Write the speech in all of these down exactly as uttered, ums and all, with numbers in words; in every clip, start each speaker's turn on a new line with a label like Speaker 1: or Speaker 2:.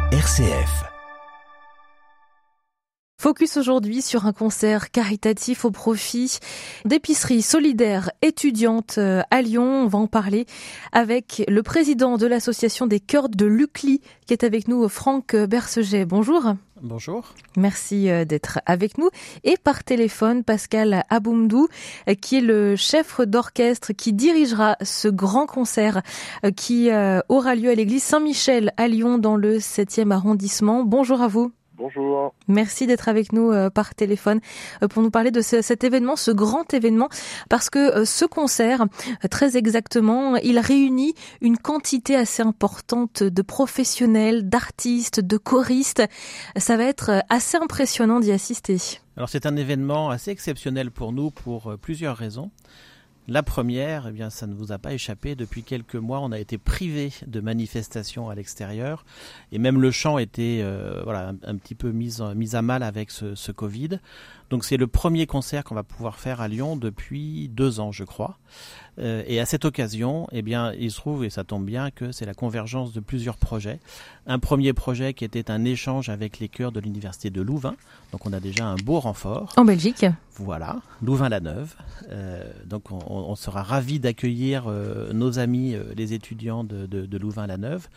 Speaker 1: R C F.
Speaker 2: Focus aujourd'hui sur un concert caritatif au profit d'épiceries solidaires étudiantes à Lyon. On va en parler avec le président de l'association des Chœurs de l'Ucli qui est avec nous, Franck Berceget. Bonjour.
Speaker 3: Bonjour.
Speaker 2: Merci d'être avec nous. Et par téléphone, Pascal Aboumdou, qui est le chef d'orchestre qui dirigera ce grand concert qui aura lieu à l'église Saint-Michel à Lyon dans le septième arrondissement. Bonjour à vous.
Speaker 4: Bonjour.
Speaker 2: Merci d'être avec nous euh, par téléphone euh, pour nous parler de ce, cet événement, ce grand événement, parce que euh, ce concert, euh, très exactement, il réunit une quantité assez importante de professionnels, d'artistes, de choristes. Ça va être euh, assez impressionnant d'y assister.
Speaker 3: Alors c'est un événement assez exceptionnel pour nous pour euh, plusieurs raisons. La première, eh bien, ça ne vous a pas échappé. Depuis quelques mois, on a été privé de manifestations à l'extérieur, et même le chant était, euh, voilà, un, un petit peu mis, mis à mal avec ce, ce Covid. Donc, c'est le premier concert qu'on va pouvoir faire à Lyon depuis deux ans, je crois. Euh, et à cette occasion, eh bien, il se trouve, et ça tombe bien, que c'est la convergence de plusieurs projets. Un premier projet qui était un échange avec les chœurs de l'université de Louvain. Donc, on a déjà un beau renfort.
Speaker 2: En Belgique.
Speaker 3: Voilà, Louvain-la-Neuve. Euh, donc, on, on sera ravis d'accueillir euh, nos amis, euh, les étudiants de, de, de Louvain-la-Neuve.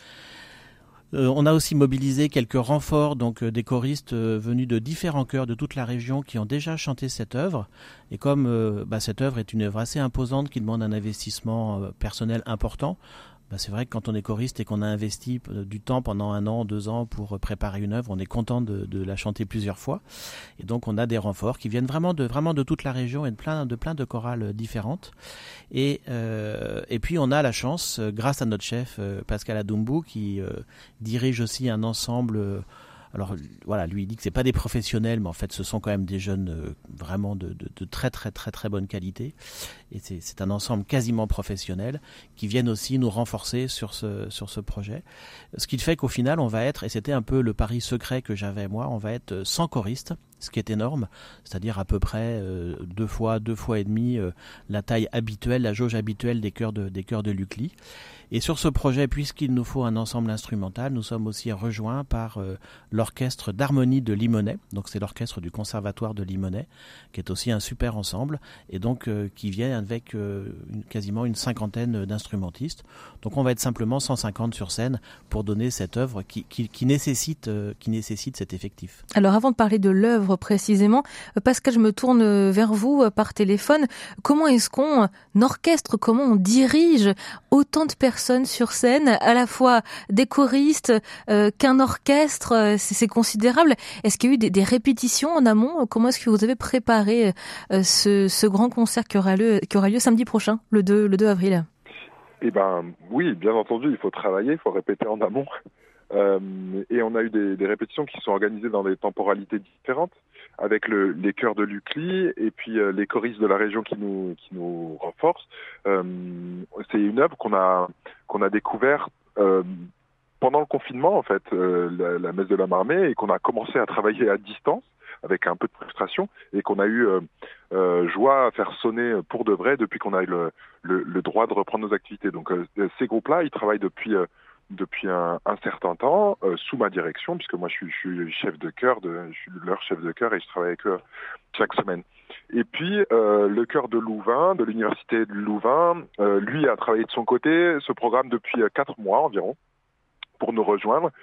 Speaker 3: Euh, on a aussi mobilisé quelques renforts, donc euh, des choristes euh, venus de différents chœurs de toute la région qui ont déjà chanté cette œuvre. Et comme euh, bah, cette œuvre est une œuvre assez imposante qui demande un investissement euh, personnel important, bah, c'est vrai que quand on est choriste et qu'on a investi du temps pendant un an, deux ans pour préparer une œuvre, on est content de, de la chanter plusieurs fois. Et donc on a des renforts qui viennent vraiment de, vraiment de toute la région et de plein de, plein de chorales différentes. Et, euh, et puis on a la chance, grâce à notre chef euh, Pascal Aboumdou, qui euh, dirige aussi un ensemble... Euh, Alors voilà, lui il dit que c'est pas des professionnels, mais en fait ce sont quand même des jeunes euh, vraiment de, de, de très très très très bonne qualité. Et c'est, c'est un ensemble quasiment professionnel qui viennent aussi nous renforcer sur ce sur ce projet. Ce qui fait qu'au final on va être, et c'était un peu le pari secret que j'avais moi, on va être cent choristes, ce qui est énorme, c'est-à-dire à peu près euh, deux fois deux fois et demi euh, la taille habituelle, la jauge habituelle des chœurs de des chœurs de l'Ucli. Et sur ce projet, puisqu'il nous faut un ensemble instrumental, nous sommes aussi rejoints par euh, l'orchestre d'harmonie de Limonest. Donc c'est l'orchestre du conservatoire de Limonest, qui est aussi un super ensemble, et donc euh, qui vient avec euh, une, quasiment une cinquantaine d'instrumentistes. Donc on va être simplement cent cinquante sur scène pour donner cette œuvre qui, qui, qui, nécessite, euh, qui nécessite cet effectif.
Speaker 2: Alors avant de parler de l'œuvre précisément, Pascal, je me tourne vers vous par téléphone. Comment est-ce qu'on orchestre, comment on dirige autant de personnes sur scène, à la fois des choristes euh, qu'un orchestre, euh, c'est, c'est considérable. Est-ce qu'il y a eu des, des répétitions en amont? Comment est-ce que vous avez préparé euh, ce, ce grand concert qui aura lieu, qui aura lieu samedi prochain, le deux, le deux avril?
Speaker 4: Eh ben oui, bien entendu, il faut travailler, il faut répéter en amont. Euh, et on a eu des, des répétitions qui sont organisées dans des temporalités différentes, avec le, les chœurs de l'Ucli et puis euh, les choristes de la région qui nous qui nous renforcent. Euh, c'est une œuvre qu'on a qu'on a découvert euh, pendant le confinement en fait, euh, la, la messe de la Marmée, et qu'on a commencé à travailler à distance avec un peu de frustration, et qu'on a eu euh, euh, joie à faire sonner pour de vrai depuis qu'on a eu le, le, le droit de reprendre nos activités. Donc euh, ces groupes-là, ils travaillent depuis euh, depuis un, un certain temps, euh, sous ma direction, puisque moi je suis, je suis chef de chœur, de, je suis leur chef de chœur et je travaille avec eux chaque semaine. Et puis euh, le chœur de Louvain, de l'université de Louvain, euh, lui a travaillé de son côté ce programme depuis quatre mois environ pour nous rejoindre.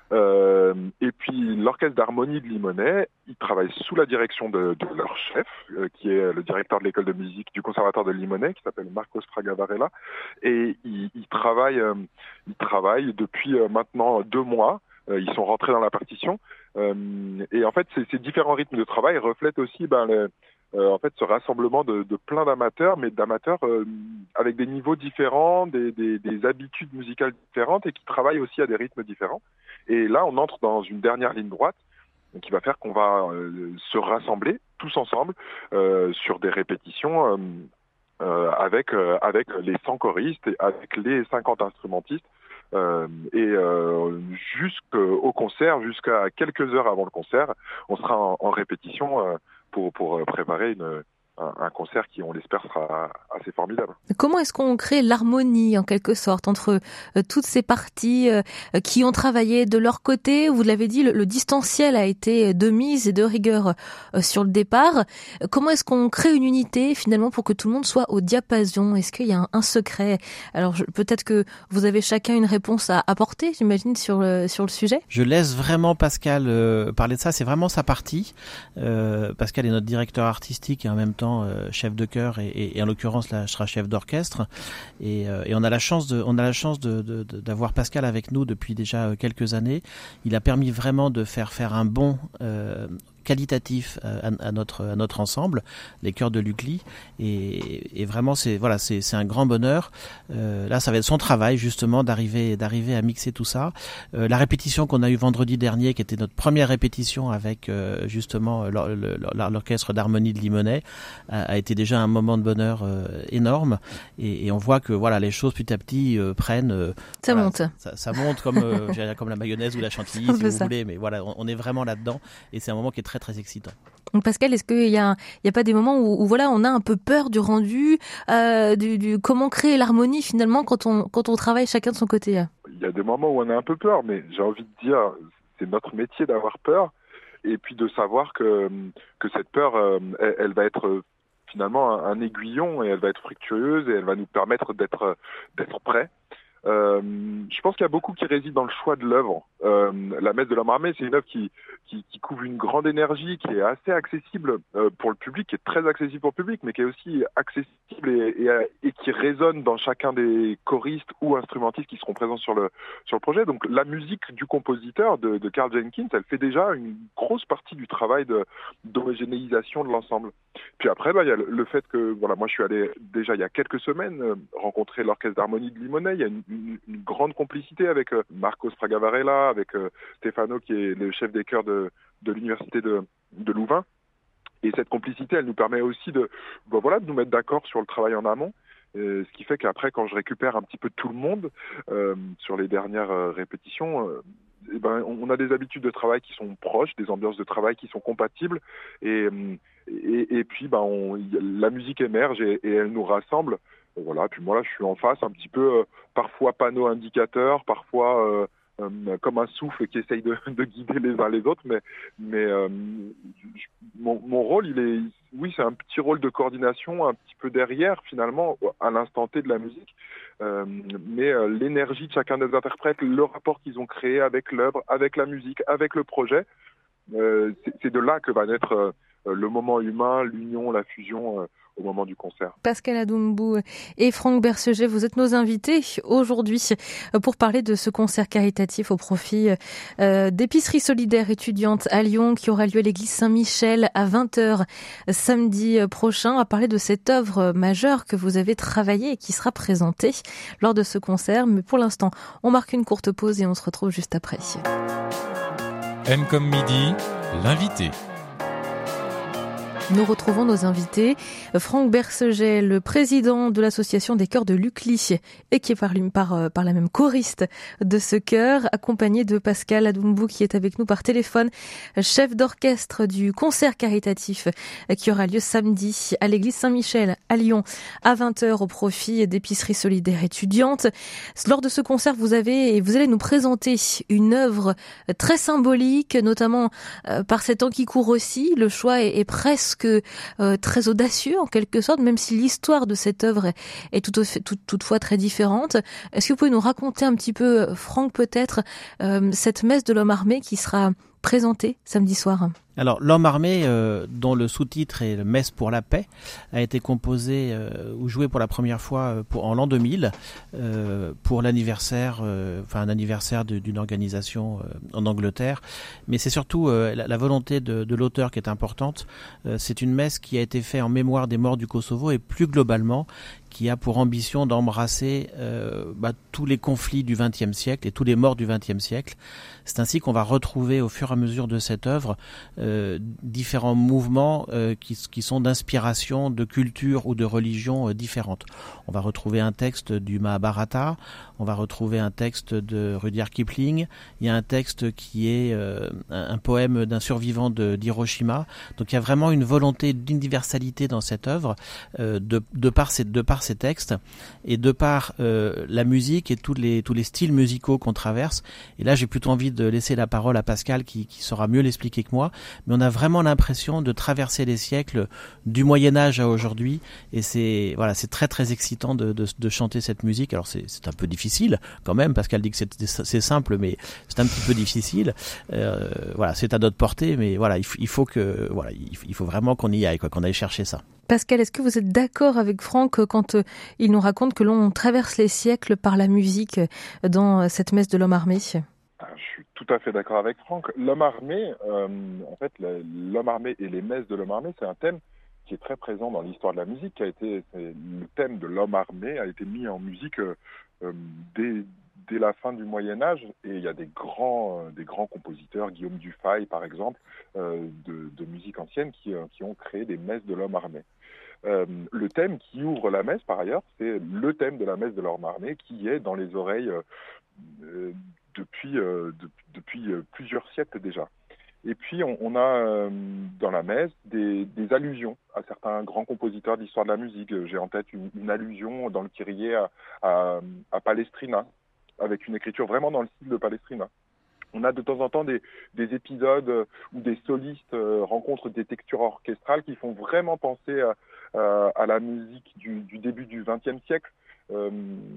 Speaker 4: Euh, et puis l'orchestre d'harmonie de Limonest, il travaille sous la direction de, de leur chef, euh, qui est le directeur de l'école de musique du conservatoire de Limonest, qui s'appelle Marcos Fraga Varela, et il, il travaille, euh, il travaille depuis euh, maintenant deux mois. Euh, ils sont rentrés dans la partition, euh, et en fait ces, ces différents rythmes de travail reflètent aussi ben, le, euh, en fait ce rassemblement de, de plein d'amateurs, mais d'amateurs euh, avec des niveaux différents, des, des, des habitudes musicales différentes, et qui travaillent aussi à des rythmes différents. Et là, on entre dans une dernière ligne droite qui va faire qu'on va euh, se rassembler tous ensemble euh, sur des répétitions euh, euh, avec, euh, avec les cent choristes et avec les cinquante instrumentistes. Euh, et euh, jusqu'au concert, jusqu'à quelques heures avant le concert, on sera en, en répétition euh, pour, pour préparer une, un, un concert qui, on l'espère, sera assez formidable.
Speaker 2: Comment est-ce qu'on crée l'harmonie, en quelque sorte, entre euh, toutes ces parties euh, qui ont travaillé de leur côté? Vous l'avez dit, le, le distanciel a été de mise et de rigueur euh, sur le départ. Comment est-ce qu'on crée une unité, finalement, pour que tout le monde soit au diapason? Est-ce qu'il y a un, un secret? Alors, je, peut-être que vous avez chacun une réponse à apporter, j'imagine, sur le, sur le sujet.
Speaker 3: Je laisse vraiment Pascal euh, parler de ça. C'est vraiment sa partie. Euh, Pascal est notre directeur artistique et en même temps Euh, chef de chœur et, et, et en l'occurrence là je serai chef d'orchestre et, euh, et on a la chance de on a la chance de, de, de d'avoir Pascal avec nous depuis déjà quelques années. Il a permis vraiment de faire faire un bond euh, qualitatif à, à notre à notre ensemble, les chœurs de l'U C L I, et, et vraiment c'est voilà c'est c'est un grand bonheur. Euh, là ça va être son travail justement d'arriver d'arriver à mixer tout ça. Euh, la répétition qu'on a eue vendredi dernier, qui était notre première répétition avec euh, justement l'or, l'or, l'orchestre d'harmonie de Limonest, a, a été déjà un moment de bonheur euh, énorme, et, et on voit que voilà les choses petit à petit euh, prennent. Euh,
Speaker 2: ça
Speaker 3: voilà,
Speaker 2: monte.
Speaker 3: Ça, ça monte comme euh, comme la mayonnaise ou la chantilly si vous ça. voulez, mais voilà on, on est vraiment là-dedans et c'est un moment qui est très très excitant.
Speaker 2: Donc Pascal, est-ce qu'il y a, il y a pas des moments où, où voilà, on a un peu peur du rendu, euh, du, du comment créer l'harmonie finalement quand on quand on travaille chacun de son côté?
Speaker 4: Il y a des moments où on a un peu peur, mais j'ai envie de dire, c'est notre métier d'avoir peur, et puis de savoir que que cette peur, euh, elle, elle va être finalement un, un aiguillon, et elle va être fructueuse, et elle va nous permettre d'être d'être prêts. Euh, je pense qu'il y a beaucoup qui réside dans le choix de l'œuvre. Euh, la Messe de l'Homme armé, c'est une œuvre qui, qui, qui couvre une grande énergie, qui est assez accessible euh, pour le public, qui est très accessible pour le public, mais qui est aussi accessible et, et, et qui résonne dans chacun des choristes ou instrumentistes qui seront présents sur le, sur le projet. Donc la musique du compositeur, de, de Karl Jenkins, elle fait déjà une grosse partie du travail de, d'homogénéisation de l'ensemble. Puis après, bah, il y a le, le fait que, voilà, moi je suis allé déjà il y a quelques semaines euh, rencontrer l'orchestre d'harmonie de Limonest. Il y a une, une, une grande complicité avec euh, Marco Spragavarella, avec euh, Stefano qui est le chef des chœurs de, de l'université de, de Louvain. Et cette complicité, elle nous permet aussi de, bah, voilà, de nous mettre d'accord sur le travail en amont. Euh, ce qui fait qu'après, quand je récupère un petit peu tout le monde euh, sur les dernières euh, répétitions, euh, eh ben, on a des habitudes de travail qui sont proches, des ambiances de travail qui sont compatibles, et, et, et puis ben, on, la musique émerge et, et elle nous rassemble. Voilà. Puis moi là, je suis en face, un petit peu euh, parfois panneau indicateur, parfois euh, euh, comme un souffle qui essaye de, de guider les uns les autres, mais, mais euh, je, mon, mon rôle, il est, oui, c'est un petit rôle de coordination, un petit peu derrière finalement, à l'instant T de la musique. Euh, mais euh, l'énergie de chacun des interprètes, le rapport qu'ils ont créé avec l'œuvre, avec la musique, avec le projet, euh, c'est, c'est de là que va naître euh, le moment humain, l'union, la fusion euh, au moment du concert.
Speaker 2: Pascal Adoumbou et Franck Berceget, vous êtes nos invités aujourd'hui pour parler de ce concert caritatif au profit euh, d'épicerie solidaire étudiante à Lyon qui aura lieu à l'église Saint-Michel à vingt heures samedi prochain. On va parler de cette œuvre majeure que vous avez travaillée et qui sera présentée lors de ce concert. Mais pour l'instant, on marque une courte pause et on se retrouve juste après.
Speaker 1: M comme midi, l'invité.
Speaker 2: Nous retrouvons nos invités. Franck Berceget, le président de l'association des chœurs de l'U C L I et qui est par, par, par la même choriste de ce chœur, accompagné de Pascal Adoumbou qui est avec nous par téléphone, chef d'orchestre du concert caritatif qui aura lieu samedi à l'église Saint-Michel à Lyon à vingt heures au profit d'épicerie solidaire étudiante. Lors de ce concert, vous avez et vous allez nous présenter une œuvre très symbolique, notamment par ces temps qui courent aussi. Le choix est, est presque que euh, très audacieux en quelque sorte, même si l'histoire de cette œuvre est, est tout, tout, toutefois très différente. Est-ce que vous pouvez nous raconter un petit peu, Franck, peut-être, euh, cette messe de l'homme armé qui sera présentée samedi soir?
Speaker 3: Alors, l'homme armé, euh, dont le sous-titre est le Messe pour la paix, a été composé euh, ou joué pour la première fois pour, en l'an deux mille euh, pour l'anniversaire, euh, enfin un anniversaire de, d'une organisation euh, en Angleterre. Mais c'est surtout euh, la, la volonté de, de l'auteur qui est importante. Euh, c'est une messe qui a été faite en mémoire des morts du Kosovo et plus globalement qui a pour ambition d'embrasser euh, bah, tous les conflits du vingtième siècle et tous les morts du vingtième siècle. C'est ainsi qu'on va retrouver au fur et à mesure de cette œuvre euh, différents mouvements euh, qui, qui sont d'inspiration, de culture ou de religion euh, différentes. On va retrouver un texte du Mahabharata, on va retrouver un texte de Rudyard Kipling, il y a un texte qui est euh, un, un poème d'un survivant de, d'Hiroshima. Donc il y a vraiment une volonté d'universalité dans cette œuvre euh, de, de, par ces, de par ces textes et de par euh, la musique et tous les, tous les styles musicaux qu'on traverse. Et là j'ai plutôt envie de laisser la parole à Pascal qui, qui saura mieux l'expliquer que moi, mais on a vraiment l'impression de traverser les siècles du Moyen-Âge à aujourd'hui, et c'est voilà, c'est très très excitant de, de, de chanter cette musique. Alors c'est, c'est un peu difficile quand même, Pascal dit que c'est, c'est simple, mais c'est un petit peu difficile. Euh, voilà, c'est à notre portée, mais voilà, il, f- il faut que voilà, il faut vraiment qu'on y aille, quoi, qu'on aille chercher ça.
Speaker 2: Pascal, est-ce que vous êtes d'accord avec Franck quand euh, il nous raconte que l'on traverse les siècles par la musique dans cette messe de l'homme armé ?
Speaker 4: Je suis tout à fait d'accord avec Franck. L'homme armé, euh, en fait, l'homme armé et les messes de l'homme armé, c'est un thème qui est très présent dans l'histoire de la musique. Qui a été, c'est, le thème de l'homme armé a été mis en musique euh, dès, dès la fin du Moyen Âge, et il y a des grands, euh, des grands compositeurs, Guillaume Dufay par exemple, euh, de, de musique ancienne, qui, euh, qui ont créé des messes de l'homme armé. Euh, le thème qui ouvre la messe, par ailleurs, c'est le thème de la messe de l'homme armé, qui est dans les oreilles euh, euh, depuis, euh, de, depuis euh, plusieurs siècles déjà. Et puis on, on a euh, dans la messe des, des allusions à certains grands compositeurs d'histoire de la musique. J'ai en tête une, une allusion dans le Kyrie à, à, à Palestrina, avec une écriture vraiment dans le style de Palestrina. On a de temps en temps des, des épisodes où des solistes euh, rencontrent des textures orchestrales qui font vraiment penser à, à, à la musique du, du début du vingtième siècle. Euh,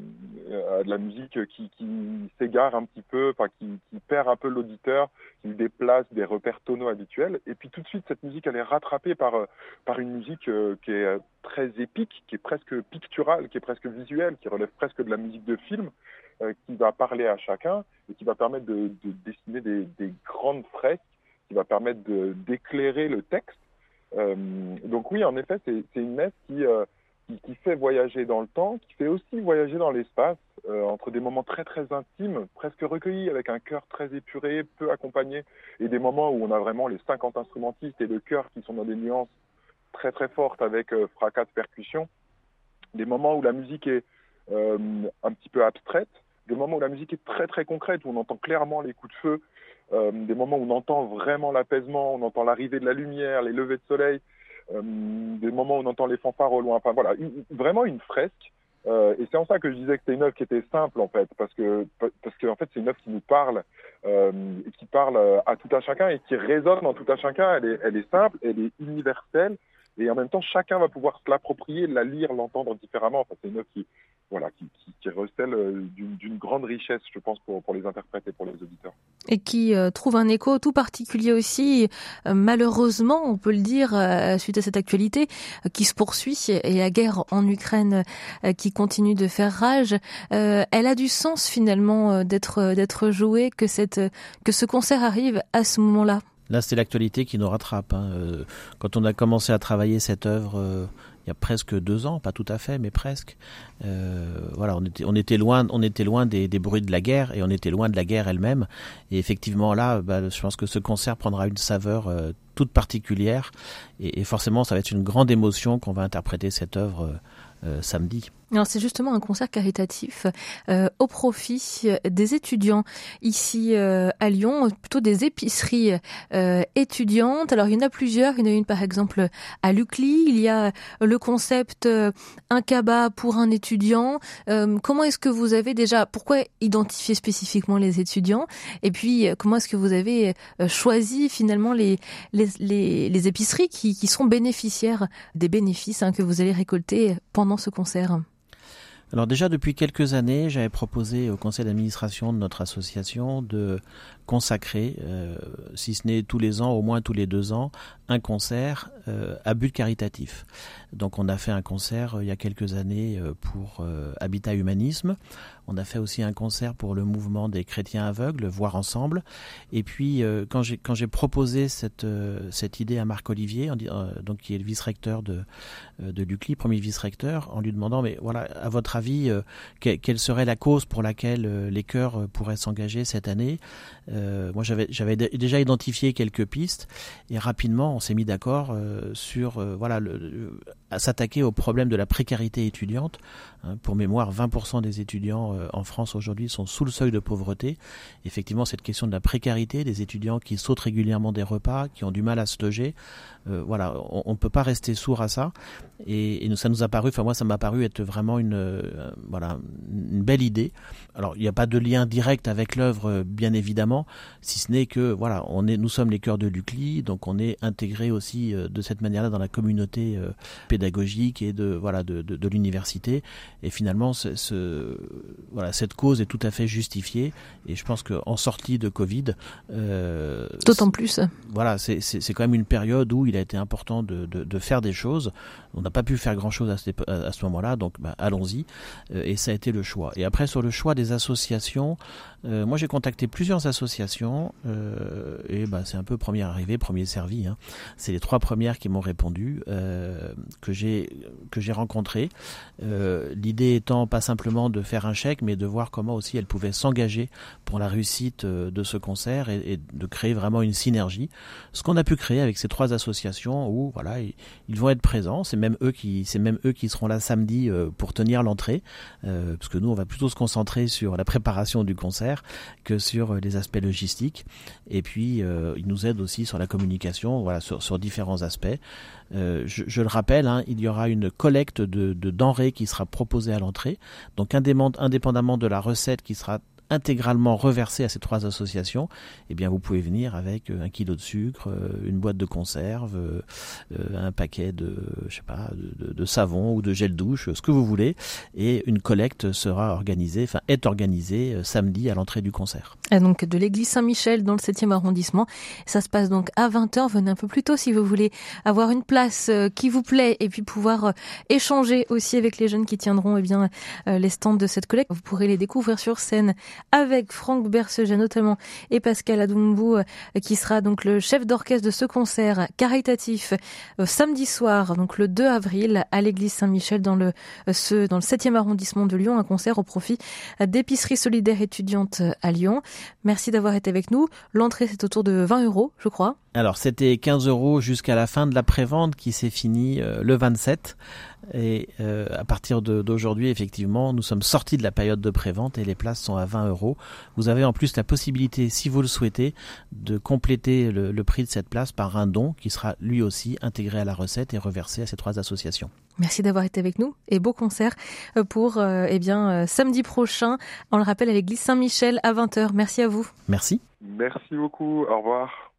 Speaker 4: à de la musique qui, qui s'égare un petit peu, enfin qui, qui perd un peu l'auditeur, qui déplace des repères tonaux habituels. Et puis tout de suite, cette musique, elle est rattrapée par, par une musique euh, qui est très épique, qui est presque picturale, qui est presque visuelle, qui relève presque de la musique de film, euh, qui va parler à chacun et qui va permettre de, de dessiner des, des grandes fresques, qui va permettre de, d'éclairer le texte. Euh, donc oui, en effet, c'est, c'est une messe qui... Euh, Qui, qui fait voyager dans le temps, qui fait aussi voyager dans l'espace, euh, entre des moments très très intimes, presque recueillis, avec un chœur très épuré, peu accompagné, et des moments où on a vraiment les cinquante instrumentistes et le chœur qui sont dans des nuances très très fortes avec euh, fracas de percussion, des moments où la musique est euh, un petit peu abstraite, des moments où la musique est très très concrète, où on entend clairement les coups de feu, euh, des moments où on entend vraiment l'apaisement, on entend l'arrivée de la lumière, les levées de soleil, Euh, des moments où on entend les fanfares au loin, enfin voilà, une, vraiment une fresque. Euh, et c'est en ça que je disais que c'était une œuvre qui était simple en fait, parce que parce que en fait c'est une œuvre qui nous parle, euh, et qui parle à tout un chacun et qui résonne en tout un chacun. Elle est, elle est simple, elle est universelle, et en même temps chacun va pouvoir se l'approprier, la lire, l'entendre différemment. Enfin, c'est une œuvre qui voilà qui, qui, qui recèle d'une, d'une grande richesse, je pense, pour pour les interprètes et pour les auditeurs.
Speaker 2: Et qui euh, trouve un écho tout particulier aussi, euh, malheureusement, on peut le dire, euh, suite à cette actualité euh, qui se poursuit, et la guerre en Ukraine euh, qui continue de faire rage. Euh, elle a du sens finalement euh, d'être d'être jouée, que cette que ce concert arrive à ce moment-là.
Speaker 3: Là, c'est l'actualité qui nous rattrape. Hein. Euh, quand on a commencé à travailler cette œuvre, euh, il y a presque deux ans, pas tout à fait, mais presque. Euh, voilà, on était, on était loin, on était loin des, des bruits de la guerre, et on était loin de la guerre elle-même. Et effectivement, là, bah, je pense que ce concert prendra une saveur euh, toute particulière, et, et forcément, ça va être une grande émotion qu'on va interpréter cette œuvre euh, euh, samedi.
Speaker 2: Alors c'est justement un concert caritatif euh, au profit des étudiants ici euh, à Lyon, plutôt des épiceries euh, étudiantes. Alors il y en a plusieurs, il y en a une par exemple à Lucly, il y a le concept euh, un cabas pour un étudiant. Euh, comment est-ce que vous avez déjà, pourquoi identifier spécifiquement les étudiants, et puis comment est-ce que vous avez euh, choisi finalement les les les, les épiceries qui, qui seront bénéficiaires des bénéfices hein, que vous allez récolter pendant ce concert?
Speaker 3: Alors déjà, depuis quelques années, j'avais proposé au conseil d'administration de notre association de consacrer, euh, si ce n'est tous les ans, au moins tous les deux ans, un concert euh, à but caritatif. Donc on a fait un concert euh, il y a quelques années euh, pour euh, Habitat Humanisme. On a fait aussi un concert pour le mouvement des chrétiens aveugles, Voir ensemble. Et puis euh, quand j'ai quand j'ai proposé cette euh, cette idée à Marc Olivier, euh, donc qui est le vice-recteur de euh, de l'U C L I, premier vice-recteur, en lui demandant mais voilà, à votre avis, euh, que, quelle serait la cause pour laquelle euh, les chœurs euh, pourraient s'engager cette année. Euh, moi j'avais j'avais d- déjà identifié quelques pistes et rapidement on s'est mis d'accord euh, sur euh, voilà le, le, à s'attaquer au problème de la précarité étudiante. Hein, pour mémoire, vingt pour cent des étudiants euh, en France aujourd'hui sont sous le seuil de pauvreté. Effectivement, cette question de la précarité, des étudiants qui sautent régulièrement des repas, qui ont du mal à se loger, euh, voilà, on ne peut pas rester sourd à ça. Et, et nous, ça nous a paru, enfin moi, ça m'a paru être vraiment une, euh, voilà, une belle idée. Alors, il n'y a pas de lien direct avec l'œuvre, bien évidemment, si ce n'est que, voilà, on est, nous sommes les chœurs de l'U C L I, donc on est intégrés aussi euh, de cette manière-là dans la communauté euh, pédagogique et de, voilà, de, de, de l'université. Et finalement, ce, ce, voilà, cette cause est tout à fait justifiée. Et je pense qu'en sortie de Covid,
Speaker 2: euh, d'autant plus.
Speaker 3: Voilà, c'est, c'est, c'est quand même une période où il a été important de, de, de faire des choses. On n'a pas pu faire grand-chose à ce, à ce moment-là, donc bah, allons-y. Euh, et ça a été le choix. Et après, sur le choix des associations, euh, moi j'ai contacté plusieurs associations euh, et bah, c'est un peu première arrivée, premier servi. Hein. C'est les trois premières qui m'ont répondu, euh, que j'ai que j'ai rencontrées. Euh, l'idée étant pas simplement de faire un chèque, mais de voir comment aussi elles pouvaient s'engager pour la réussite de ce concert et, et de créer vraiment une synergie. Ce qu'on a pu créer avec ces trois associations où voilà, ils, ils vont être présents. C'est même eux qui, c'est même eux qui seront là samedi euh, pour tenir l'entrée, euh, parce que nous on va plutôt se concentrer sur la préparation du concert que sur les aspects logistiques. Et puis euh, ils nous aident aussi sur la communication, voilà, sur, sur différents aspects. Euh, je, je le rappelle, hein, il y aura une collecte de, de denrées qui sera proposée à l'entrée, donc indépendamment de la recette qui sera intégralement reversé à ces trois associations, eh bien vous pouvez venir avec un kilo de sucre, une boîte de conserve, un paquet de, je sais pas, de, de savon ou de gel douche, ce que vous voulez, et une collecte sera organisée, enfin est organisée samedi à l'entrée du concert.
Speaker 2: Et donc de l'église Saint-Michel dans le septième arrondissement. Ça se passe donc à vingt heures. Venez un peu plus tôt si vous voulez avoir une place qui vous plaît et puis pouvoir échanger aussi avec les jeunes qui tiendront eh bien les stands de cette collecte. Vous pourrez les découvrir sur scène avec Franck Berseget notamment et Pascal Adoumbou qui sera donc le chef d'orchestre de ce concert caritatif euh, samedi soir, donc le deux avril à l'église Saint-Michel dans le ce dans le septième arrondissement de Lyon, un concert au profit d'épicerie solidaire étudiante à Lyon. Merci d'avoir été avec nous. L'entrée c'est autour de vingt euros, je crois.
Speaker 3: Alors c'était quinze euros jusqu'à la fin de la prévente qui s'est finie euh, le vingt-sept. Et euh, à partir de, d'aujourd'hui, effectivement, nous sommes sortis de la période de prévente et les places sont à vingt euros. Vous avez en plus la possibilité, si vous le souhaitez, de compléter le, le prix de cette place par un don qui sera lui aussi intégré à la recette et reversé à ces trois associations.
Speaker 2: Merci d'avoir été avec nous et beau concert pour euh, eh bien euh, samedi prochain. On le rappelle à l'église Saint-Michel à vingt heures. Merci à vous.
Speaker 3: Merci.
Speaker 4: Merci beaucoup. Au revoir.